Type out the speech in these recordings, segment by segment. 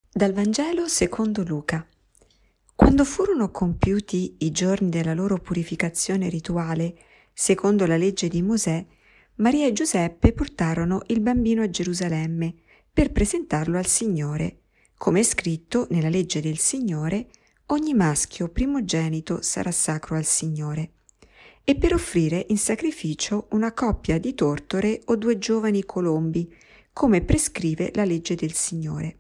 Dal Vangelo secondo Luca. Quando furono compiuti i giorni della loro purificazione rituale, secondo la legge di Mosè, Maria e Giuseppe portarono il bambino a Gerusalemme per presentarlo al Signore. Come è scritto nella legge del Signore, ogni maschio primogenito sarà sacro al Signore. E per offrire in sacrificio una coppia di tortore o 2 giovani colombi, come prescrive la legge del Signore.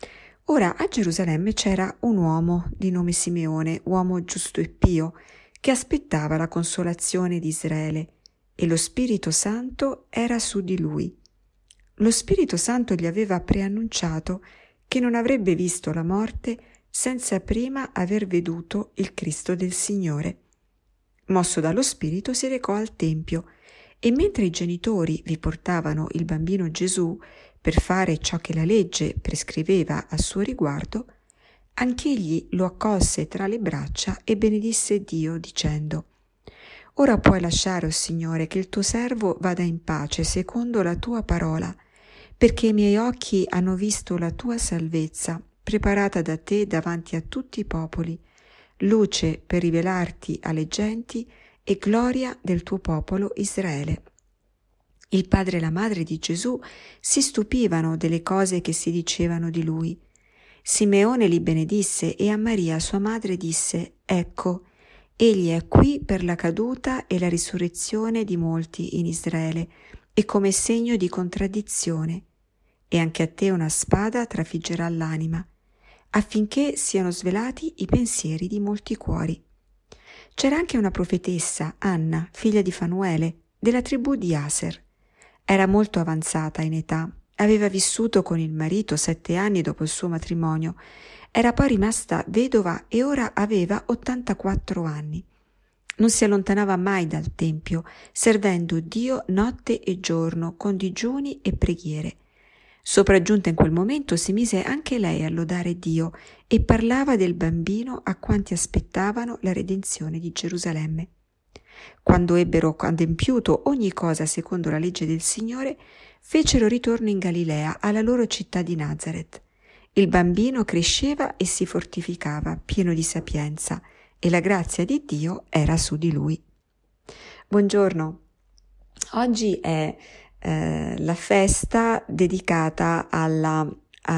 Ora a Gerusalemme c'era un uomo di nome Simeone, uomo giusto e pio, che aspettava la consolazione di Israele, e lo Spirito Santo era su di lui. Lo Spirito Santo gli aveva preannunciato che non avrebbe visto la morte senza prima aver veduto il Cristo del Signore. Mosso dallo Spirito si recò al Tempio, e mentre i genitori vi portavano il bambino Gesù per fare ciò che la legge prescriveva a suo riguardo, anch'egli lo accolse tra le braccia e benedisse Dio dicendo: «Ora puoi lasciare, o Signore, che il tuo servo vada in pace secondo la tua parola, perché i miei occhi hanno visto la tua salvezza, preparata da te davanti a tutti i popoli, luce per rivelarti alle genti e gloria del tuo popolo Israele». Il padre e la madre di Gesù si stupivano delle cose che si dicevano di lui. Simeone li benedisse e a Maria sua madre disse: «Ecco, egli è qui per la caduta e la risurrezione di molti in Israele e come segno di contraddizione. E anche a te una spada trafiggerà l'anima, affinché siano svelati i pensieri di molti cuori». C'era anche una profetessa, Anna, figlia di Fanuele, della tribù di Aser. Era molto avanzata in età, aveva vissuto con il marito 7 anni dopo il suo matrimonio, era poi rimasta vedova e ora aveva 84 anni. Non si allontanava mai dal Tempio, servendo Dio notte e giorno con digiuni e preghiere. Sopraggiunta in quel momento si mise anche lei a lodare Dio e parlava del bambino a quanti aspettavano la redenzione di Gerusalemme. Quando ebbero adempiuto ogni cosa secondo la legge del Signore, fecero ritorno in Galilea, alla loro città di Nazaret. Il bambino cresceva e si fortificava, pieno di sapienza, e la grazia di Dio era su di lui. Buongiorno, oggi è la festa dedicata alla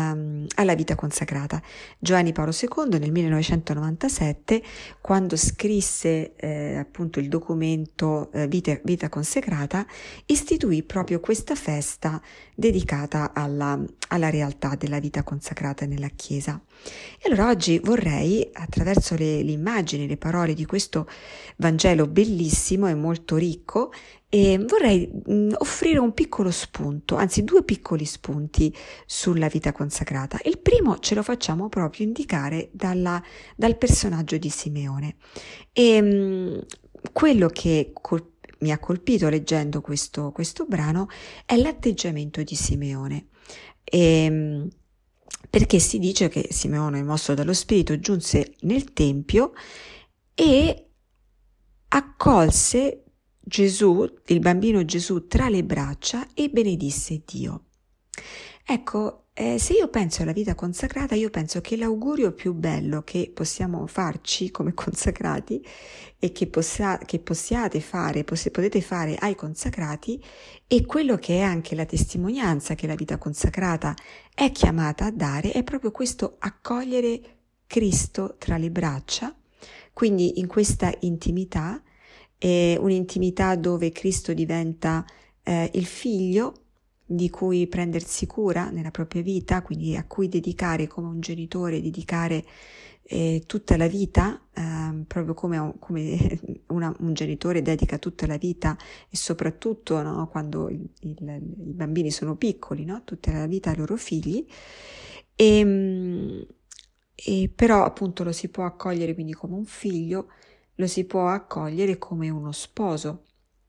vita consacrata. Giovanni Paolo II nel 1997, quando scrisse appunto il documento vita consacrata, istituì proprio questa festa dedicata alla realtà della vita consacrata nella Chiesa. E allora oggi vorrei, attraverso le immagini, le parole di questo Vangelo bellissimo e molto ricco, vorrei offrire un piccolo spunto, anzi 2 piccoli spunti sulla vita consacrata. Il primo ce lo facciamo proprio indicare dal personaggio di Simeone. E quello che mi ha colpito leggendo questo brano è l'atteggiamento di Simeone. Perché si dice che Simeone, mosso dallo Spirito, giunse nel Tempio e accolse Gesù, il bambino Gesù, tra le braccia e benedisse Dio. Ecco, se io penso alla vita consacrata, io penso che l'augurio più bello che possiamo farci come consacrati e che potete fare ai consacrati, e quello che è anche la testimonianza che la vita consacrata è chiamata a dare, è proprio questo: accogliere Cristo tra le braccia, quindi in questa intimità, un'intimità dove Cristo diventa il figlio di cui prendersi cura nella propria vita, quindi a cui dedicare, come un genitore, dedicare tutta la vita, proprio come un genitore dedica tutta la vita, e soprattutto, no, quando i bambini sono piccoli, no, tutta la vita ai loro figli. E però appunto lo si può accogliere quindi come un figlio, lo si può accogliere come uno sposo.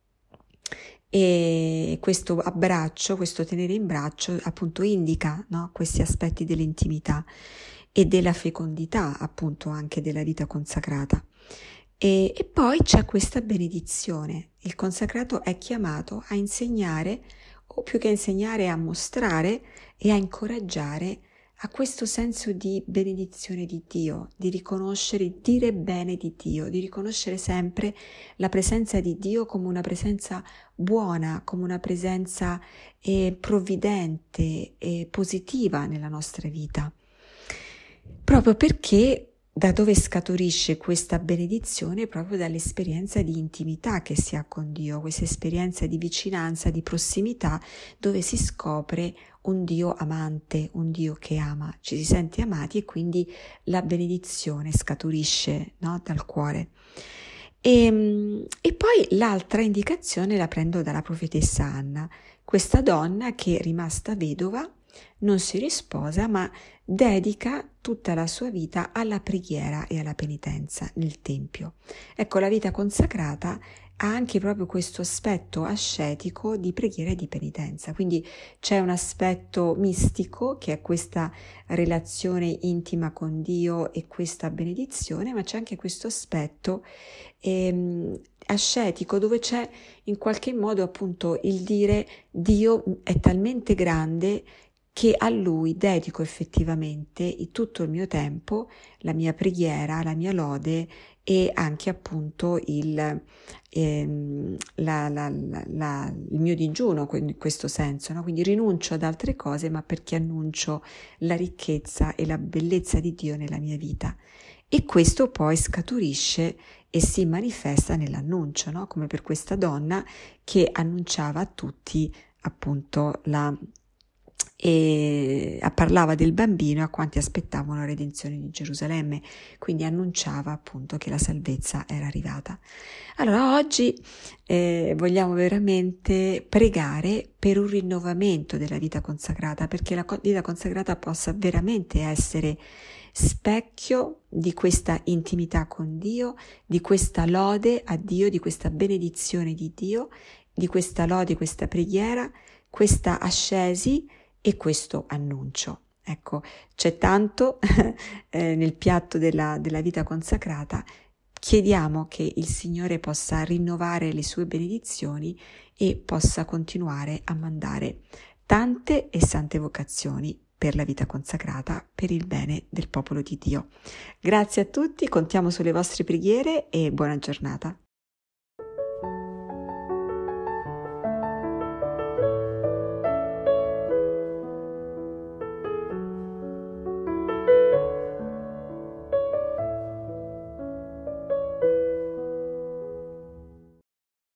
E questo abbraccio, questo tenere in braccio, appunto indica, no, questi aspetti dell'intimità e della fecondità, appunto, anche della vita consacrata. E poi c'è questa benedizione. Il consacrato è chiamato a insegnare, o più che insegnare, a mostrare e a incoraggiare a questo senso di benedizione di Dio, di riconoscere, dire bene di Dio, di riconoscere sempre la presenza di Dio come una presenza buona, come una presenza provvidente e positiva nella nostra vita. Proprio perché da dove scaturisce questa benedizione? Proprio dall'esperienza di intimità che si ha con Dio, questa esperienza di vicinanza, di prossimità, dove si scopre un Dio amante, un Dio che ama, ci si sente amati e quindi la benedizione scaturisce, no, dal cuore. E poi l'altra indicazione la prendo dalla profetessa Anna, questa donna che, rimasta vedova, non si risposa, ma dedica tutta la sua vita alla preghiera e alla penitenza nel Tempio. Ecco, la vita consacrata ha anche proprio questo aspetto ascetico di preghiera e di penitenza, quindi c'è un aspetto mistico che è questa relazione intima con Dio e questa benedizione, ma c'è anche questo aspetto ascetico dove c'è in qualche modo appunto il dire Dio è talmente grande che a Lui dedico effettivamente tutto il mio tempo, la mia preghiera, la mia lode e anche appunto il mio digiuno in questo senso, no? Quindi rinuncio ad altre cose, ma perché annuncio la ricchezza e la bellezza di Dio nella mia vita. E questo poi scaturisce e si manifesta nell'annuncio, no? Come per questa donna che annunciava a tutti appunto parlava del bambino a quanti aspettavano la redenzione di Gerusalemme, quindi annunciava appunto che la salvezza era arrivata. Allora oggi vogliamo veramente pregare per un rinnovamento della vita consacrata, perché la vita consacrata possa veramente essere specchio di questa intimità con Dio, di questa lode a Dio, di questa benedizione di Dio, di questa lode, questa preghiera, questa ascesi e questo annuncio. Ecco, c'è tanto nel piatto della vita consacrata. Chiediamo che il Signore possa rinnovare le sue benedizioni e possa continuare a mandare tante e sante vocazioni per la vita consacrata, per il bene del popolo di Dio. Grazie a tutti, contiamo sulle vostre preghiere e buona giornata.